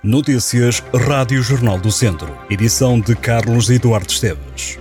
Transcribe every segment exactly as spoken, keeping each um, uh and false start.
Notícias Rádio Jornal do Centro. Edição de Carlos Eduardo Esteves.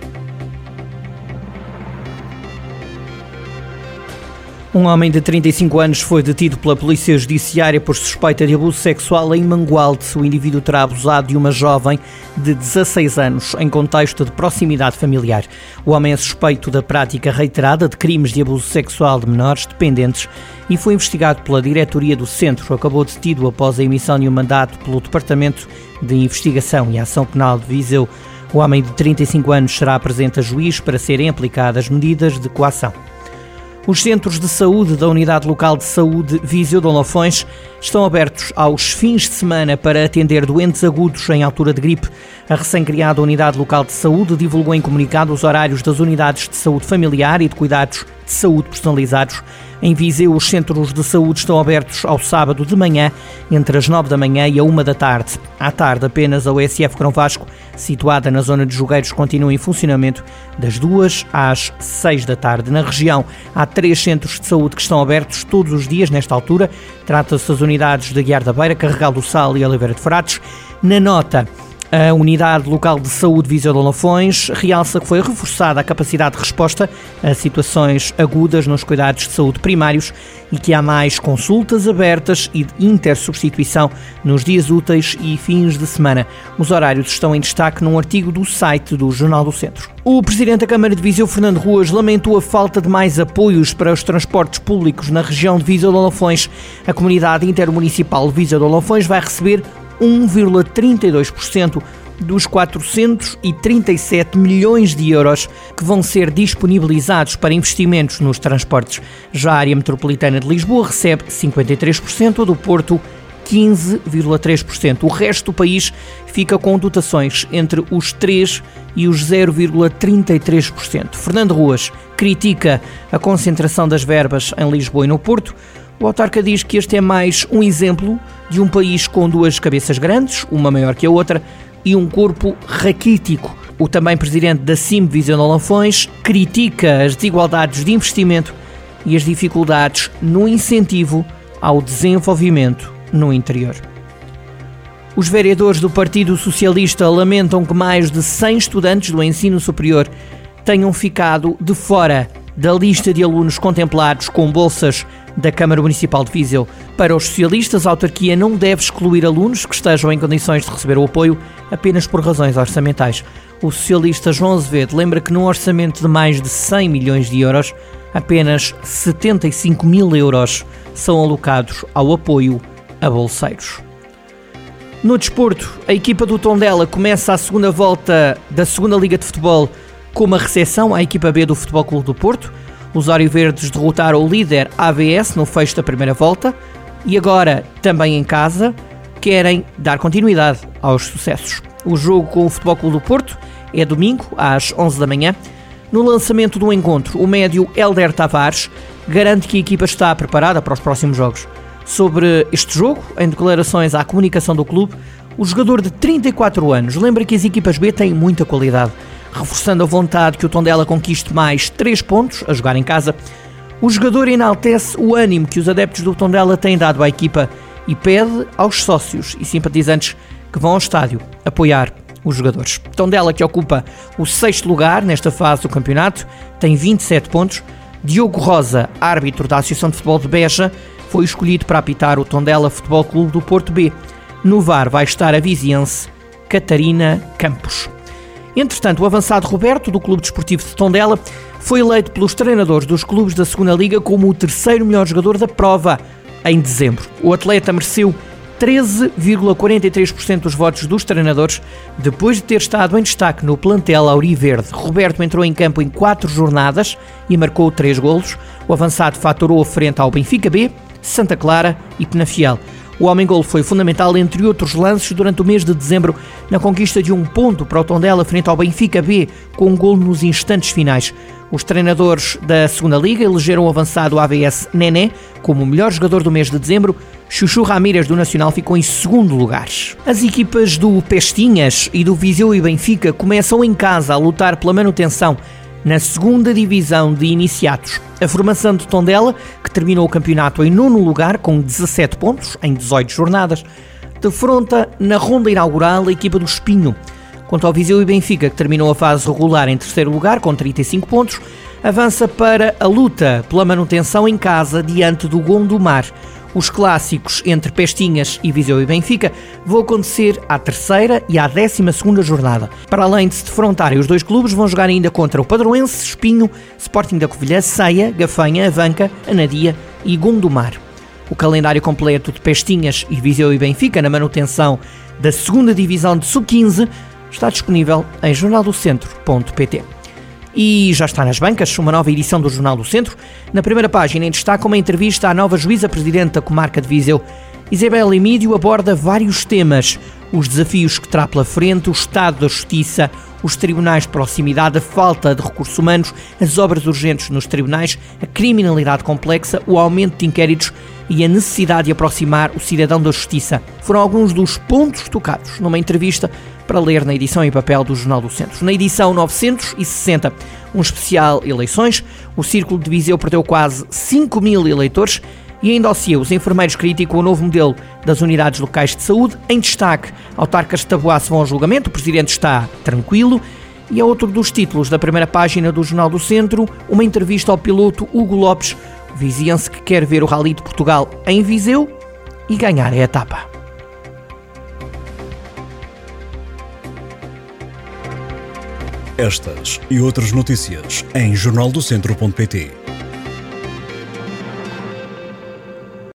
Um homem de trinta e cinco anos foi detido pela Polícia Judiciária por suspeita de abuso sexual em Mangualde. O indivíduo terá abusado de uma jovem de dezasseis anos em contexto de proximidade familiar. O homem é suspeito da prática reiterada de crimes de abuso sexual de menores dependentes e foi investigado pela diretoria do centro. Acabou detido após a emissão de um mandato pelo Departamento de Investigação e Ação Penal de Viseu. O homem de trinta e cinco anos será apresente a juiz para serem aplicadas medidas de coação. Os centros de saúde da Unidade Local de Saúde Viseu de Olafões estão abertos aos fins de semana para atender doentes agudos em altura de gripe. A recém-criada Unidade Local de Saúde divulgou em comunicado os horários das unidades de saúde familiar e de cuidados de saúde personalizados. Em Viseu, os centros de saúde estão abertos ao sábado de manhã, entre as nove da manhã e a uma da tarde. À tarde, apenas a U S F Grão Vasco, situada na zona de Jogueiros, continua em funcionamento das duas às seis da tarde. Na região, há três centros de saúde que estão abertos todos os dias nesta altura. Trata-se das unidades de Aguiar da Beira, Carregal do Sal e Oliveira de Frades. Na nota, a Unidade Local de Saúde Viseu de Olafões realça que foi reforçada a capacidade de resposta a situações agudas nos cuidados de saúde primários e que há mais consultas abertas e de intersubstituição nos dias úteis e fins de semana. Os horários estão em destaque num artigo do site do Jornal do Centro. O Presidente da Câmara de Viseu, Fernando Ruas, lamentou a falta de mais apoios para os transportes públicos na região de Viseu de Olafões. A Comunidade Intermunicipal de Viseu de Olafões vai receber um vírgula trinta e dois por cento dos quatrocentos e trinta e sete milhões de euros que vão ser disponibilizados para investimentos nos transportes. Já a área metropolitana de Lisboa recebe cinquenta e três por cento, a do Porto quinze vírgula três por cento. O resto do país fica com dotações entre os três por cento e os zero vírgula trinta e três por cento. Fernando Ruas critica a concentração das verbas em Lisboa e no Porto. O autarca diz que este é mais um exemplo de um país com duas cabeças grandes, uma maior que a outra, e um corpo raquítico. O também presidente da C I M Viseu de Olafões critica as desigualdades de investimento e as dificuldades no incentivo ao desenvolvimento no interior. Os vereadores do Partido Socialista lamentam que mais de cem estudantes do ensino superior tenham ficado de fora da lista de alunos contemplados com bolsas da Câmara Municipal de Viseu. Para os socialistas, a autarquia não deve excluir alunos que estejam em condições de receber o apoio apenas por razões orçamentais. O socialista João Azevedo lembra que num orçamento de mais de cem milhões de euros, apenas setenta e cinco mil euros são alocados ao apoio a bolseiros. No desporto, a equipa do Tondela começa a segunda volta da segunda Liga de Futebol com uma recepção à equipa B do Futebol Clube do Porto. Os Auriverdes derrotaram o líder A V S no fecho da primeira volta e agora, também em casa, querem dar continuidade aos sucessos. O jogo com o Futebol Clube do Porto é domingo, às onze da manhã. No lançamento do encontro, o médio Hélder Tavares garante que a equipa está preparada para os próximos jogos. Sobre este jogo, em declarações à comunicação do clube, o jogador de trinta e quatro anos lembra que as equipas B têm muita qualidade, reforçando a vontade que o Tondela conquiste mais três pontos a jogar em casa. O jogador enaltece o ânimo que os adeptos do Tondela têm dado à equipa e pede aos sócios e simpatizantes que vão ao estádio apoiar os jogadores. Tondela, que ocupa o sexto lugar nesta fase do campeonato, tem vinte e sete pontos. Diogo Rosa, árbitro da Associação de Futebol de Beja, foi escolhido para apitar o Tondela Futebol Clube do Porto B. No V A R vai estar a viziense Catarina Campos. Entretanto, o avançado Roberto, do Clube Desportivo de Tondela, foi eleito pelos treinadores dos clubes da segunda Liga como o terceiro melhor jogador da prova em dezembro. O atleta mereceu treze vírgula quarenta e três por cento dos votos dos treinadores, depois de ter estado em destaque no plantel auriverde. Roberto entrou em campo em quatro jornadas e marcou três golos. O avançado faturou frente ao Benfica B, Santa Clara e Penafiel. O homem-golo foi fundamental, entre outros lances, durante o mês de dezembro, na conquista de um ponto para o Tondela frente ao Benfica B, com um golo nos instantes finais. Os treinadores da segunda Liga elegeram o avançado A V S Nené como o melhor jogador do mês de dezembro. Chuchu Ramírez, do Nacional, ficou em segundo lugar. As equipas do Pestinhas e do Viseu e Benfica começam em casa a lutar pela manutenção na segunda divisão de iniciados. A formação de Tondela, que terminou o campeonato em nono lugar com dezassete pontos em dezoito jornadas, defronta na ronda inaugural a equipa do Espinho. Quanto ao Viseu e Benfica, que terminou a fase regular em terceiro lugar com trinta e cinco pontos, avança para a luta pela manutenção em casa diante do Gondomar. Os clássicos entre Pestinhas e Viseu e Benfica vão acontecer à terceira e à décima segunda jornada. Para além de se defrontarem, os dois clubes vão jogar ainda contra o Padroense, Espinho, Sporting da Covilhã, Ceia, Gafanha, Avanca, Anadia e Gondomar. O calendário completo de Pestinhas e Viseu e Benfica na manutenção da segunda divisão de sub quinze está disponível em jornal do centro ponto pt. E já está nas bancas uma nova edição do Jornal do Centro. Na primeira página, em destaque, uma entrevista à nova juíza-presidente da comarca de Viseu. Isabel Emídio aborda vários temas: os desafios que terá pela frente, o estado da justiça, os tribunais de proximidade, a falta de recursos humanos, as obras urgentes nos tribunais, a criminalidade complexa, o aumento de inquéritos e a necessidade de aproximar o cidadão da justiça. Foram alguns dos pontos tocados numa entrevista para ler na edição em papel do Jornal do Centro. Na edição novecentos e sessenta, um especial eleições, o Círculo de Viseu perdeu quase cinco mil eleitores. E em dossiê, os enfermeiros criticam o novo modelo das unidades locais de saúde. Em destaque, autarcas de Taboaço vão ao julgamento, o presidente está tranquilo. E é outro dos títulos da primeira página do Jornal do Centro, uma entrevista ao piloto Hugo Lopes, o viziense que quer ver o Rally de Portugal em Viseu e ganhar a etapa. Estas e outras notícias em jornal do centro ponto pt.